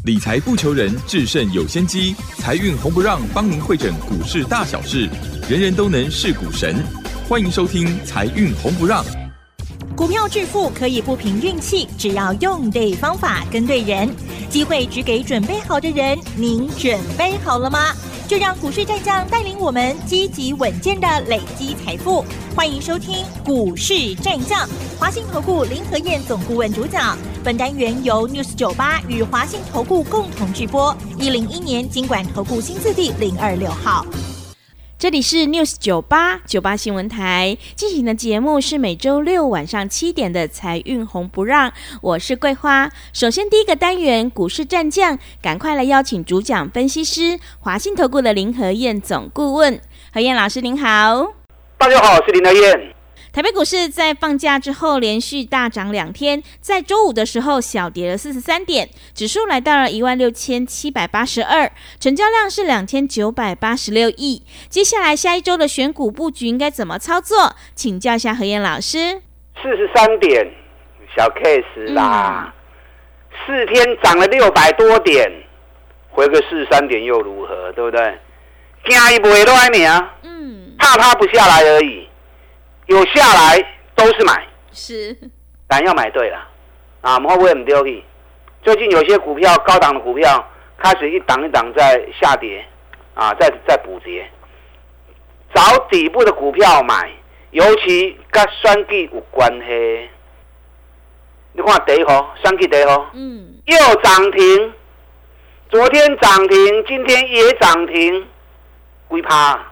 理财不求人，制胜有先机。财运红不让，帮您会诊股市大小事，人人都能是股神。欢迎收听《财运红不让》。 股票致富可以不凭运气，只要用对方法，跟对人。机会只给准备好的人，您准备好了吗？就让股市战将带领我们积极稳健的累积财富。欢迎收听股市战将，华信投顾林和燕总顾问主讲。本单元由 News 98与华信投顾共同制播，101年金管投顾新字第026号。 这里是 News 98新闻台进行的节目是每周六晚上7点的财运红不让，我是桂花。首先第一个单元股市战将，赶快来邀请主讲分析师华信投顾的林和燕总顾问。和燕老师您好。 大家好，我是林和燕。 台北股市在放假之后连续大涨2天，在周五的时候小跌了43点，指数来到了16782，成交量是2986亿。接下来下一周的选股布局应该怎么操作？请教一下和燕老师。 43点，小 case 啦。4天涨了600多点，回个43点又如何？对不对？惊伊不会乱呢，怕它不下来而已。有下来都是买， 是， 但要买对了啊！我们会不会很丢弃？最近有些股票，高档的股票开始一档一档在下跌啊，在补跌。找底部的股票买，尤其跟选举有关系。你看第一号，选举第一号，又涨停，昨天涨停，今天也涨停，几趴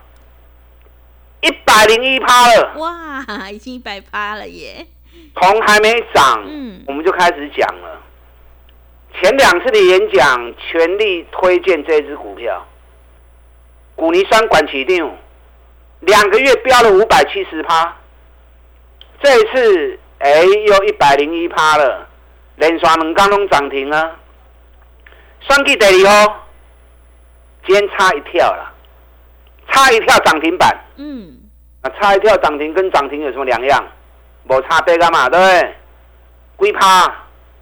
？101%了， 哇，已经100%了耶！ 从还没涨，我们就开始讲了。前2次的演讲，全力推荐这支股票。古尼酸管起定，2个月飙了570%，这一次又101%了，连续2天都涨停啊！选举第2号，今天差一跳了。差一跳涨停板，差一跳涨停跟涨停有什么两样？没差别干嘛，对不对？几趴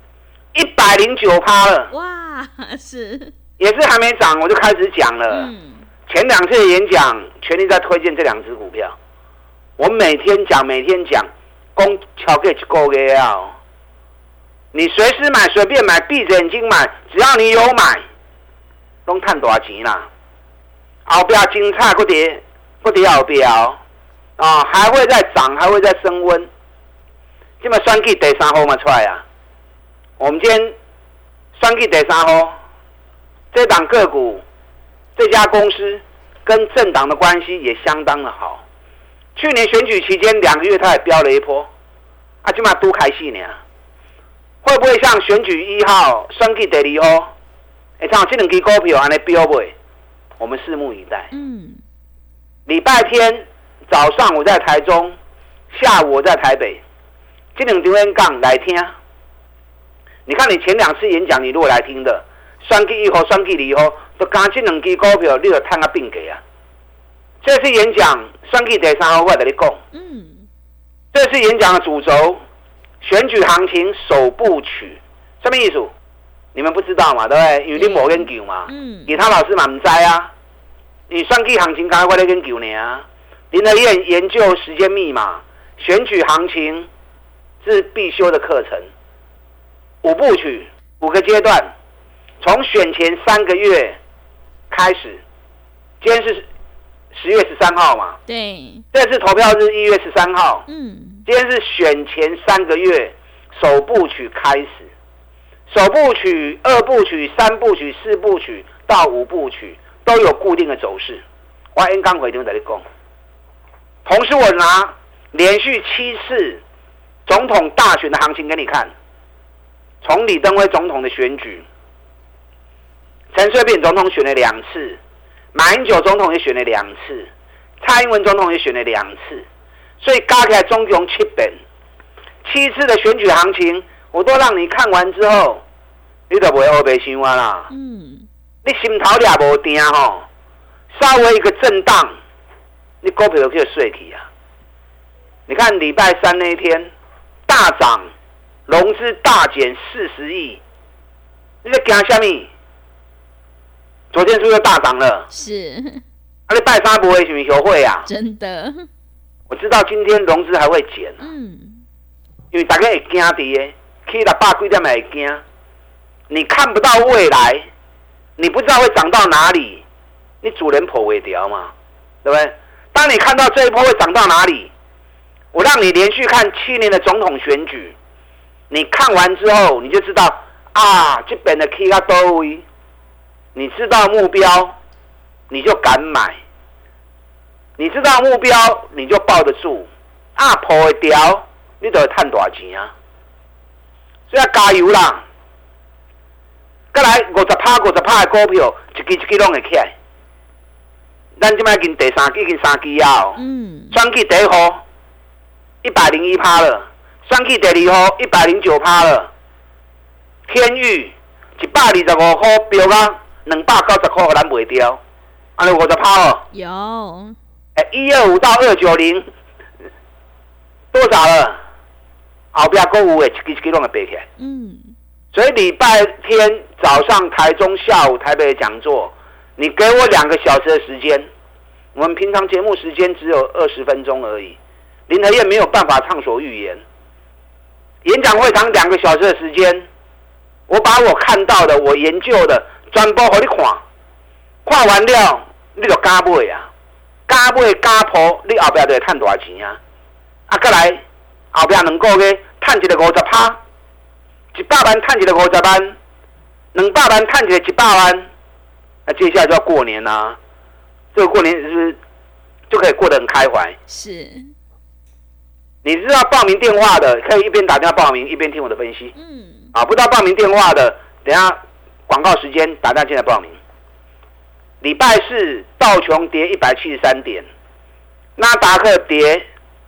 ？109%了， 哇，是， 也是还没涨我就开始讲了。前2次的演讲，全力在推荐这2只股票。我每天讲，公敲给1个月啊！你随时买，随便买，闭着眼睛买，只要你有买，都赚大钱啦。后边精彩，还跌后边啊，还会再涨，还会再升温。今麦选举第3号嘛出来啊！我们今天选举第3号，这档个股、这家公司跟政党的关系也相当的好。去年选举期间2个月，它也飙了一波，啊，今麦都开戏呢。会不会像选举1号、选举第2号，像这2支股票安尼飙袂？我们拭目以待。礼拜天早上我在台中，下午我在台北，这2场演讲来听。你看你前2次演讲，你如果来听的，选举1号、选举2号，都加这2支股票，你就赚个并给啊。这次演讲选举第3号，我跟你讲。这次演讲的主轴，选举行情首部曲，什么意思？你们不知道嘛，对不对？因为你没研究嘛，其他老师嘛不知啊。你选举行情刚才我在研究呢啊。林和燕研究时间密码，选举行情是必修的课程。5部曲，5个阶段，从选前3个月开始。今天是10月13号嘛？ 对。 这次投票日1月13号。今天是选前3个月首部曲开始。首部曲、2部曲、3部曲、4部曲到5部曲都有固定的走势。我演讲会场在你讲。同时，我拿连续7次总统大选的行情给你看。从李登辉总统的选举，陈水扁总统选了2次，马英九总统也选了2次，蔡英文总统也选了2次，所以加起来总共7遍，7次的选举行情。我都让你看完之后，你就不会黑白想啊啦。你心头也无定吼，稍微一个震荡，你股票就去睡去啊。你看礼拜3那一天大涨，融资大减40亿，你在惊什么？ 昨天是不是大涨了？ 是。 你拜三不会什么优惠啊？ 真的。 我知道今天融资还会减，因为大家会惊跌，去600几点会惊。你看不到未来，你不知道会涨到哪里，你主人破尾条嘛，对不对？当你看到这一波会涨到哪里，我让你连续看7年的总统选举，你看完之后你就知道啊，这边的 K 到多位，你知道目标，你就敢买。你知道目标，你就抱得住。啊，破会掉，你就会赚大钱啊！所以要加油啦！再来50%的股票，一支拢会起来。咱即摆已经第3支啊！选举第1号101%了，选举第2号109%了。天宇125块飙到290块，咱卖掉，安尼50%哦。 有。 125到290，多少了？后边还有的一支拢会爬起来。所以礼拜天早上台中，下午台北的讲座，你给我2个小时的时间，我们平常节目时间只有20分钟而已，林和燕没有办法畅所欲言。演讲会场2个小时的时间，我把我看到的、我研究的全部给你看，看完了你就敢买啊！加买加破，你后边就会赚大钱啊！再来后边2个月赚一个50%，100万赚一个50万，200万赚一个100万。那接下来就要过年啦，这个过年是不是就可以过得很开怀？ 是。 你知道报名电话的，可以一边打电话报名，一边听我的分析。不知道报名电话的，等一下广告时间打电话进来报名。礼拜四道琼跌173点，纳达克跌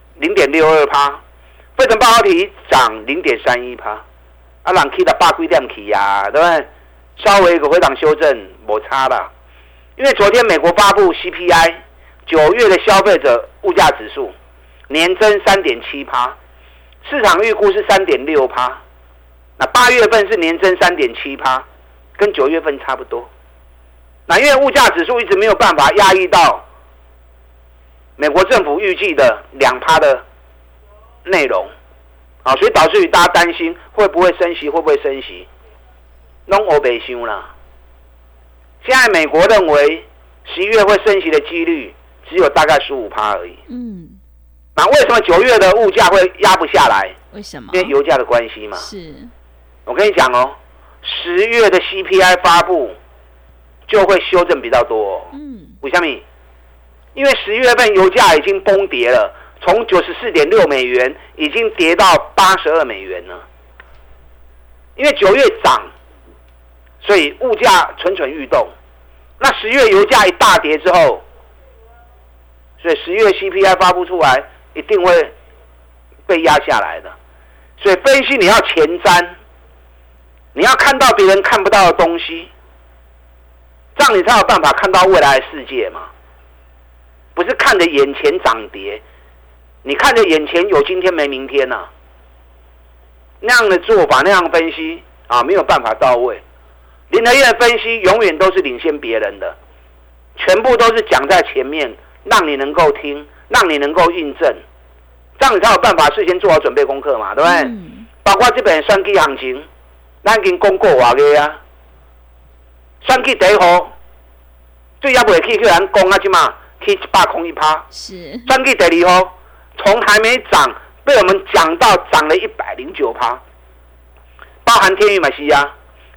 0.62%，费城半导体涨0.31%，人去到100几点去啊，对不对？稍微一个回档修正，没差啦。因为昨天美国发布 CPI 9月的消费者物价指数年增3.7%，市场预估是3.6%，那8月份是年增3.7%，跟9月份差不多。那因为物价指数一直没有办法压抑到美国政府预计的2%的内容，所以导致于大家担心会不会升息，会不会升息，拢黑白想啦。现在美国认为11月会升息的几率只有大概15%而已。那为什么9月的物价会压不下来？ 为什么？ 因为油价的关系嘛。 是。我跟你讲哦，10月的 CPI 发布就会修正比较多哦。为什么？因为10月份油价已经崩跌了，从94.6美元已经跌到82美元了。因为9月涨，所以物价蠢蠢欲动。那10月油价一大跌之后，所以10月 CPI 发布出来，一定会被压下来的。所以分析你要前瞻，你要看到别人看不到的东西，这样你才有办法看到未来的世界嘛。不是看着眼前涨跌，你看着眼前有今天没明天啊。那样的做法，那样的分析没有办法到位。林和燕的分析永远都是领先别人的，全部都是讲在前面，让你能够听，让你能够印证，这样你才有办法事先做好准备功课嘛，对不对？包括这边选举行情，咱已经公告偌个啊。选举第1号，最也未去叫人讲啊，即嘛去101%。 是。 选举第2号，从还没涨，被我们讲到涨了109%，包含天宇嘛是啊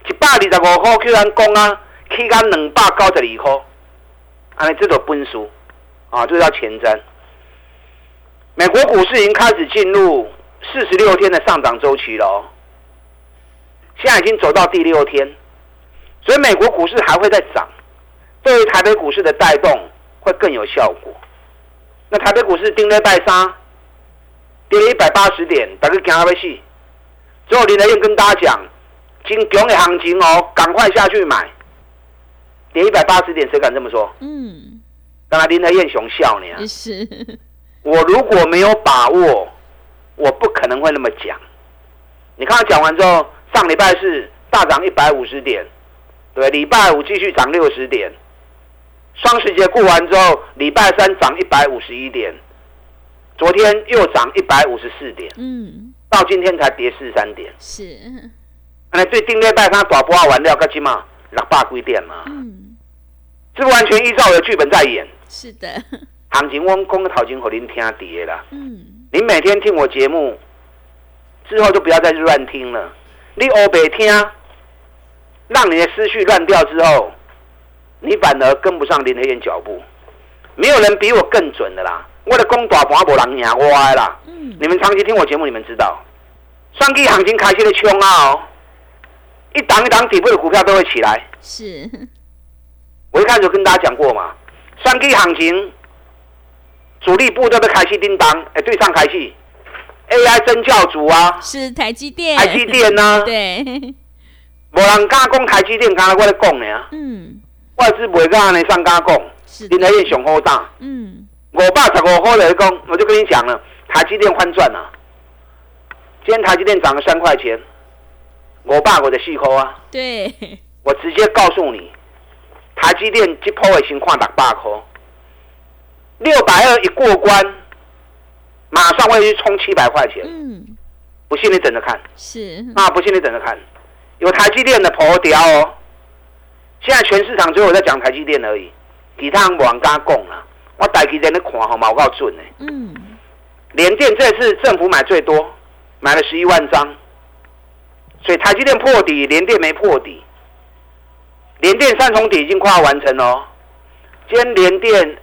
，125块叫人讲啊，去到292块，安尼这种分数这叫前瞻。美国股市已经开始进入46天的上涨周期了哦，现在已经走到第6天，所以美国股市还会再涨，对于台北股市的带动会更有效果。那台北股市顶礼拜三跌了180点，大家惊到要死。最后林和燕跟大家讲，真强的行情哦，赶快下去买。跌180点，谁敢这么说？当然林和燕熊笑你啊。 是。 我如果没有把握，我不可能会那么讲。你看他讲完之后，上礼拜是大涨150点， 对，礼拜五继续涨60点，双十节过完之后，礼拜三涨151点，昨天又涨154点，到今天才跌43点， 是， 那对顶礼拜它大波完了，到今嘛600几点嘛，是完全依照我的剧本在演， 是的， 行情我讲头前给您听跌啦，您每天听我节目之后就不要再乱听了，你黑白听，让你的思绪乱掉之后，你反而跟不上林和燕脚步，没有人比我更准的啦。我的讲大盘没人赢我的啦。你们长期听我节目，你们知道，上季行情开始的冲啊，一档一档底部的股票都会起来。 是， 我一开始有跟大家讲过嘛，上季行情主力部都在开始叮当，对上开始 AI 真教主啊， 是台积电， 台积电啊， 对， 没人敢讲台积电，刚才我在讲呢。外资不会敢呢上敢讲，林和燕上好大。515块的讲，我就跟你讲了，台积电翻转了。今天台积电涨了3块钱，554块啊。 对， 我直接告诉你，台积电这波已经看600块，620一过关，马上会去冲700块钱。不信你等着看。 是啊，不信你等着看，有台积电的破掉哦。现在全市场只有我在讲台积电而已，其他人没人敢讲啦。我台积电在看吼，嘛有够准的。联电这次政府买最多，买了11万张，所以台积电破底，联电没破底。联电3重底已经快要完成了，今天联电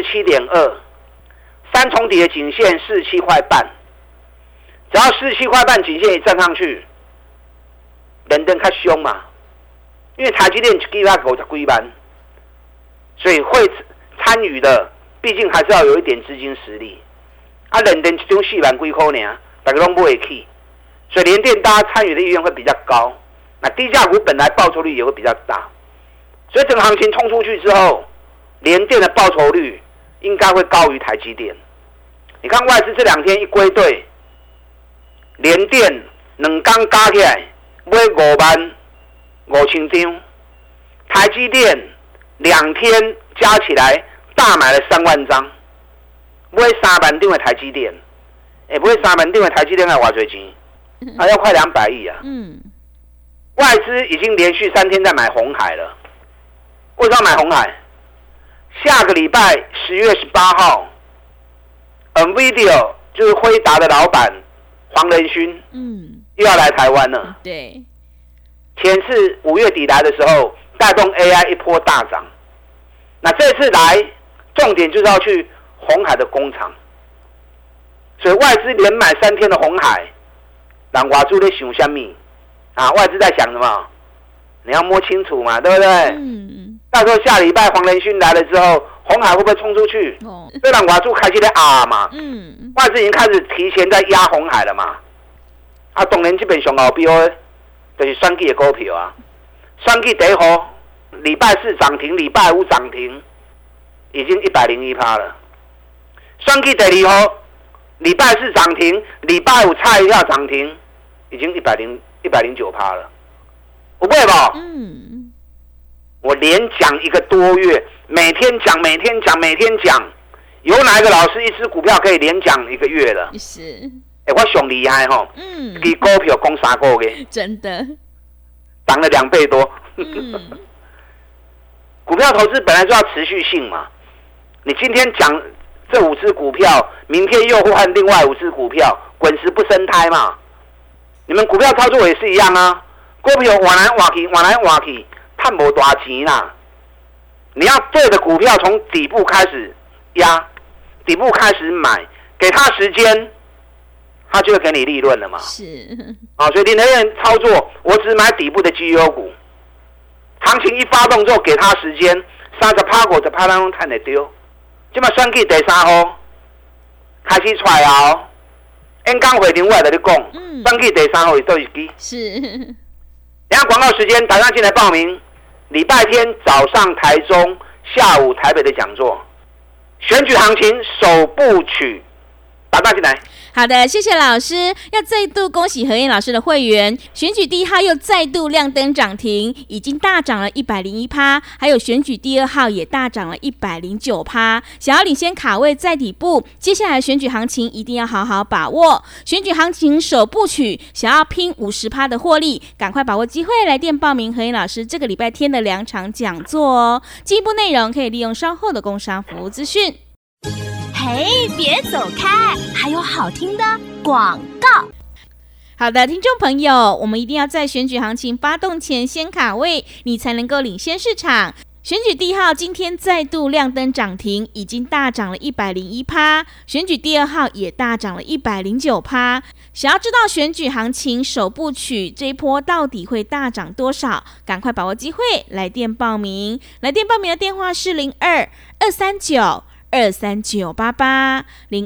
47.2，3重底的颈线47块半，只要47块半颈线一站上去，联电较凶嘛，因为台积电1支50几万，所以会参与的毕竟还是要有一点资金实力。啊，联电一张4万几块呢，大家都不会去，所以联电大家参与的意愿会比较高。那低价股本来报酬率也会比较大，所以整个行情冲出去之后，联电的报酬率应该会高于台积电。你看外资这2天一归队，联电2天加起来买55000张，台积电2天加起来大买了3万张，买3万张的台积电，买3万张的台积电要多少钱？要快200亿啊！外资已经连续3天在买鸿海了。为什么买鸿海？下个礼拜10月18号 ，NVIDIA 就是辉达的老板黄仁勋，又要来台湾了。 对， 前次5月底来的时候，带动 AI 一波大涨。那这次来，重点就是要去鸿海的工厂，所以外资连买3天的鸿海，人外资在想什么？啊，外资在想什么？你要摸清楚嘛，对不对？到时候下礼拜黄仁勋来了之后，鸿海会不会冲出去？这人外资开始在嘛，外资已经开始提前在压鸿海了嘛。啊，当然这边上后标就是选举的股票啊，选举第一号，礼拜4涨停，礼拜5涨停，已经101%了。选举第二号，礼拜4涨停，礼拜5差一下涨停，已经109%了。有买不？我连讲1个多月，每天讲，有哪一个老师一支股票可以连讲1个月了？ 是。 我上厉害吼，给股票讲3个月， 真的涨了2倍多。股票投资本来就要持续性嘛，你今天讲这5只股票，明天又换另外5只股票，滚石不生胎嘛。你们股票操作也是一样啊，股票换来换去，赚不大钱啦。你要对的股票从底部开始压，底部开始买，给他时间。他就会给你利润了嘛？ 是啊，所以林和燕操作，我只买底部的绩优股，行情一发动之后，给他时间，30%、50%当中赚得丢。今嘛选举第3号开始出来哦，演讲会另外在你讲，选举第3号是多少支？ 是。 等下广告时间，大家进来报名。礼拜天早上台中，下午台北的讲座，选举行情首部曲。打进来。 好的，谢谢老师。要再度恭喜何燕老师的会员，选举第1号又再度亮灯涨停，已经大涨了101%，还有选举第2号也大涨了109%。想要领先卡位在底部，接下来选举行情一定要好好把握。选举行情首部曲，想要拼50%的获利，赶快把握机会，来电报名何燕老师这个礼拜天的2场讲座哦。进一步内容可以利用稍后的工商服务资讯。 嘿，别走开，还有好听的广告。 好的，听众朋友，我们一定要在选举行情发动前先卡位，你才能够领先市场。选举第1号今天再度亮灯涨停，已经大涨了101%，选举第2号也大涨了109%。想要知道选举行情首部曲这一波到底会大涨多少，赶快把握机会，来电报名。来电报名的电话是02-239-23988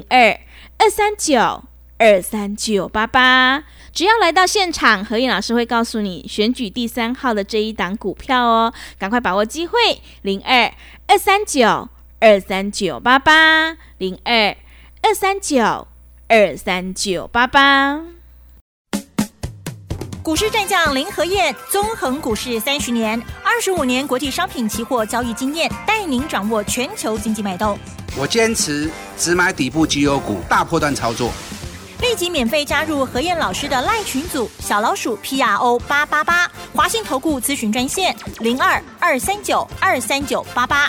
02-239-23988。只要来到现场，何燕老师会告诉你选举第3号的这一档股票哦，赶快把握机会。02-239-23988 02-239-23988。 股市战将林和燕，纵横股市30年，25年国际商品期货交易经验，带您掌握全球经济脉动。 我坚持只买底部绩优股，大波段操作。 立即免费加入何燕老师的赖群组，小老鼠 PRO888，华信投顾咨询专线02-239-23988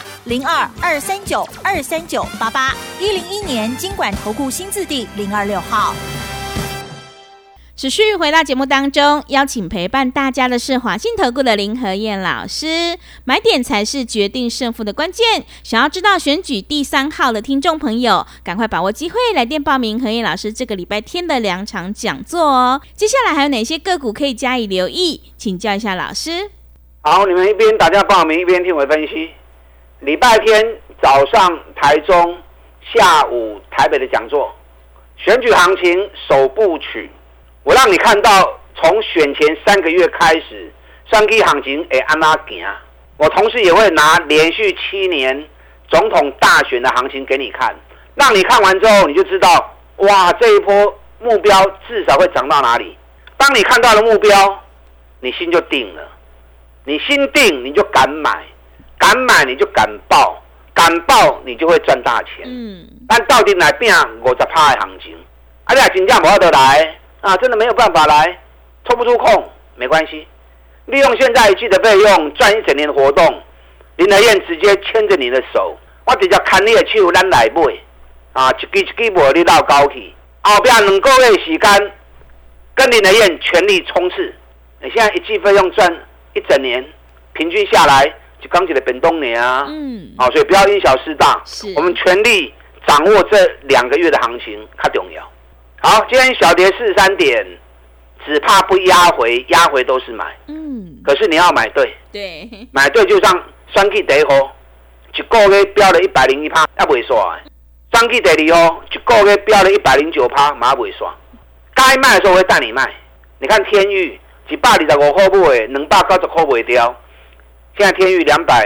02-239-23988，101年金管投顾新字第026号。 持续回到节目当中，邀请陪伴大家的是华信投顾的林和燕老师。买点才是决定胜负的关键，想要知道选举第3号的听众朋友，赶快把握机会，来电报名何燕老师这个礼拜天的2场讲座哦。接下来还有哪些个股可以加以留意，请教一下老师。 好，你们一边打电话报名，一边听我分析。礼拜天早上台中，下午台北的讲座，选举行情首部曲，我让你看到从选前3个月开始，选举行情会按怎行。我同时也会拿连续7年总统大选的行情给你看，让你看完之后你就知道，哇，这一波目标至少会涨到哪里。当你看到了目标，你心就定了，你心定你就敢买，敢买你就敢报，敢报你就会赚大钱。但到底来拼50%的行情，你若真正无法度来啊，真的没有办法来，抽不出空没关系，利用现在1季的费用赚1整年的活动，林和燕直接牵着你的手，我直接牵你的手，咱来买啊，一支买你到高去，后边2个月时间跟林和燕全力冲刺。你现在1季费用赚1整年，平均下来就刚起的本东年啊，所以不要因小失大，我们全力掌握这2个月的行情较重要。好，今天小跌43点，只怕不压回，压回都是买。可是你要买对，买对就像选举第1号，1个月飙了101%，也袂煞。选举第2号，1个月飙了109%，嘛袂煞。该卖的时候会带你卖。你看天钰125块买，290块卖掉，现在天钰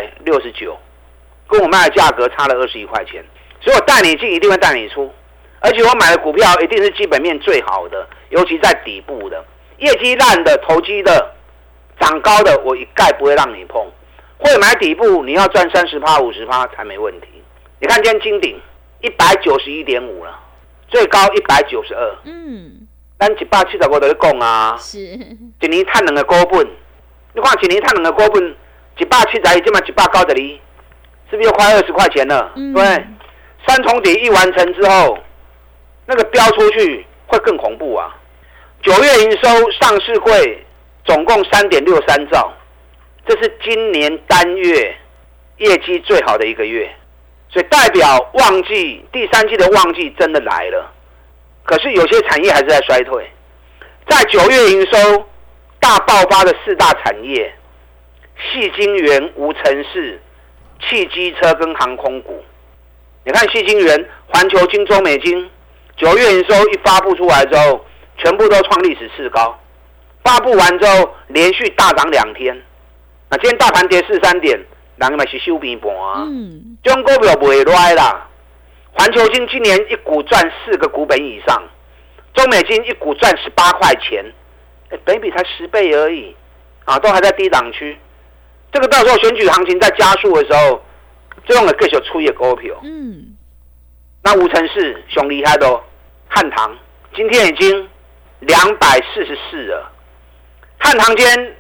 269，跟我卖的价格差了21块钱，所以我带你进，一定会带你出。而且我买的股票一定是基本面最好的，尤其在底部的，业绩烂的、投机的、涨高的，我一概不会让你碰。会买底部，你要赚30%、50%才没问题。你看今天金鼎191.5了，最高192。咱175就在讲啊，一年赚2个股本。你看一年赚2个股本，171，今嘛192，是不是又快20块钱了？对，三重底一完成之后，那个飙出去会更恐怖啊！9月营收上市柜总共3.63兆，这是今年单月业绩最好的一个月，所以代表旺季第3季的旺季真的来了。可是有些产业还是在衰退，在9月营收大爆发的4大产业，矽晶圆、无尘室、汽机车跟航空股。你看矽晶圆、环球金、中美金，9月营收一发布出来之后，全部都创历史次高。发布完之后，连续大涨2天。那今天大盘跌43点，人嘛是收平盘啊。这种股票不会赖啦。环球金今年一股赚4个股本以上， 中美金一股赚18块钱，本益比才10倍而已，都还在低档区。这个到时候选举行情在加速的时候，这种的继续出的股票。那5成4熊厉害的汉唐，今天已经244了，汉唐今天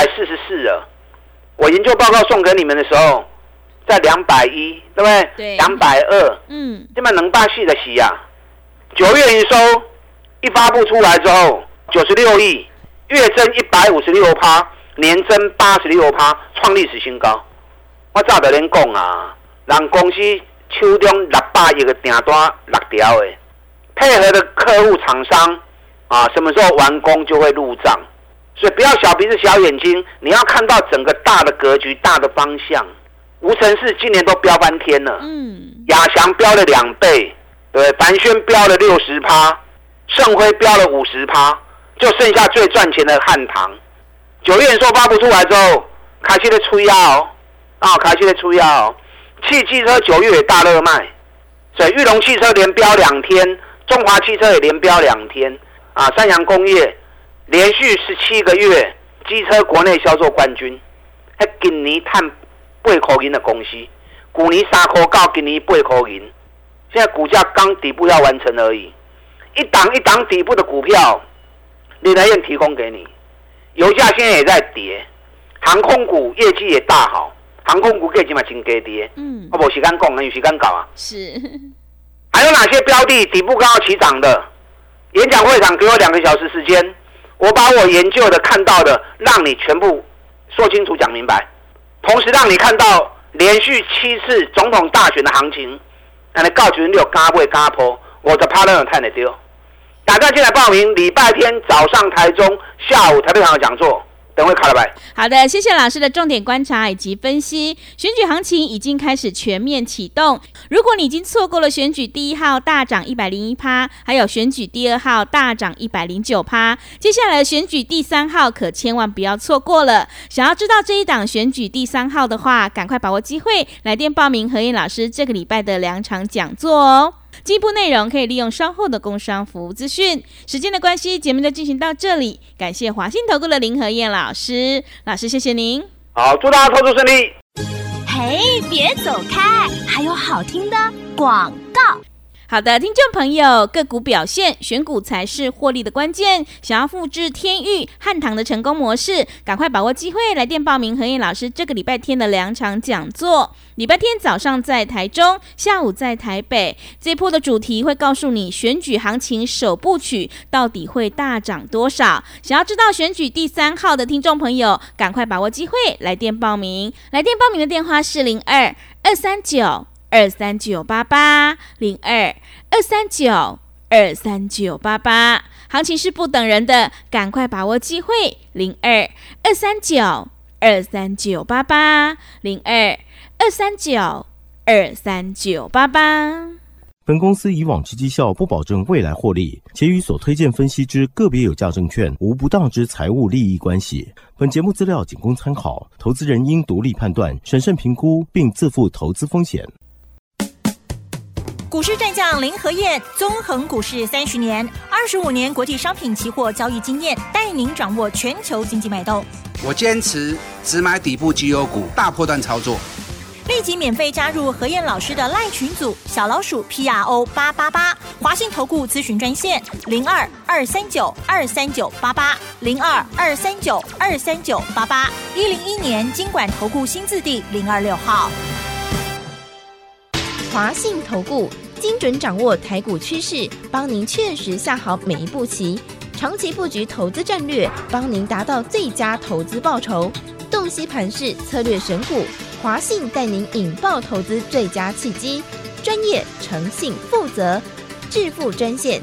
244了。我研究报告送给你们的时候，在210，对不对？ 对 ，220。这么能大戏的戏啊！9月营收一发布出来之后，96亿，月增156%，年增86%，创历史新高。我早就跟讲啊，人公司手中600亿的订单落掉的，配合的客户厂商什么时候完工就会入账。所以不要小鼻子小眼睛，你要看到整个大的格局、大的方向。5成4今年都飙翻天了，亚翔飙了2倍，对，凡轩飙了60%，盛辉飙了50%，就剩下最赚钱的汉唐。9月营收发布出来之后，开始在吹开始在吹汽车9月也大热卖，所以裕隆汽车连飙2天，中华汽车也连飙2天，三洋工业连续17个月机车国内销售冠军，今年赚8块银的公司，去年3块9，今年8块银，现在股价刚底部要完成而已，一档一档底部的股票，林和彥提供给你。油价现在也在跌，航空股业绩也大好，航空股业绩嘛真低跌，我没时间讲，有时间搞啊。 是， 还有哪些标的底部刚好起涨的？演讲会场给我2个小时时间。我把我研究的、看到的，让你全部说清楚、讲明白，同时让你看到连续7次总统大选的行情，让你告诉你有加不加坡，我的 partner 看得丢。大家进来报名，礼拜天早上台中，下午台北场的讲座。等会卡了拜。 好的，谢谢老师的重点观察以及分析。选举行情已经开始全面启动，如果你已经错过了选举第1号大涨101%，还有选举第2号大涨109%，接下来选举第3号可千万不要错过了。想要知道这一档选举第3号的话，赶快把握机会，来电报名何燕老师这个礼拜的2场讲座哦。进一步内容可以利用稍后的工商服务资讯。时间的关系，节目就进行到这里。感谢华信投顾的林和燕老师，老师谢谢您。 好，祝大家投资顺利。 嘿，别走开，还有好听的广告。 好的，听众朋友，个股表现，选股才是获利的关键。想要复制天钰、汉唐的成功模式，赶快把握机会，来电报名何燕老师这个礼拜天的2场讲座。礼拜天早上在台中，下午在台北。这一波的主题会告诉你选举行情首部曲到底会大涨多少。想要知道选举第3号的听众朋友，赶快把握机会，来电报名。来电报名的电话是02-239-23988，02-239-23988。行情是不等人的，赶快把握机会。02-239-23988，02-239-23988。 本公司以往之绩效不保证未来获利，且与所推荐分析之个别有价证券无不当之财务利益关系。本节目资料仅供参考，投资人应独立判断、审慎评估，并自负投资风险。 股市战将林和彥，纵横股市30年，25年国际商品期货交易经验，带您掌握全球经济脉动。 我坚持只买底部绩优股，大波段操作。 立即免费加入何燕老师的赖群组，小老鼠 PRO888，华信投顾咨询专线02-239-23988，02-239-23988，101年金管投顾新字第026号。 华信投顾精准掌握台股趋势，帮您确实下好每一步棋，长期布局投资战略，帮您达到最佳投资报酬。洞悉盘势，策略选股，华信带您引爆投资最佳契机，专业、诚信、负责。致富专线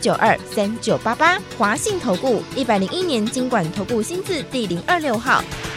02-2392-3988，2392-3988。华信投顾101年金管投顾新字第026号。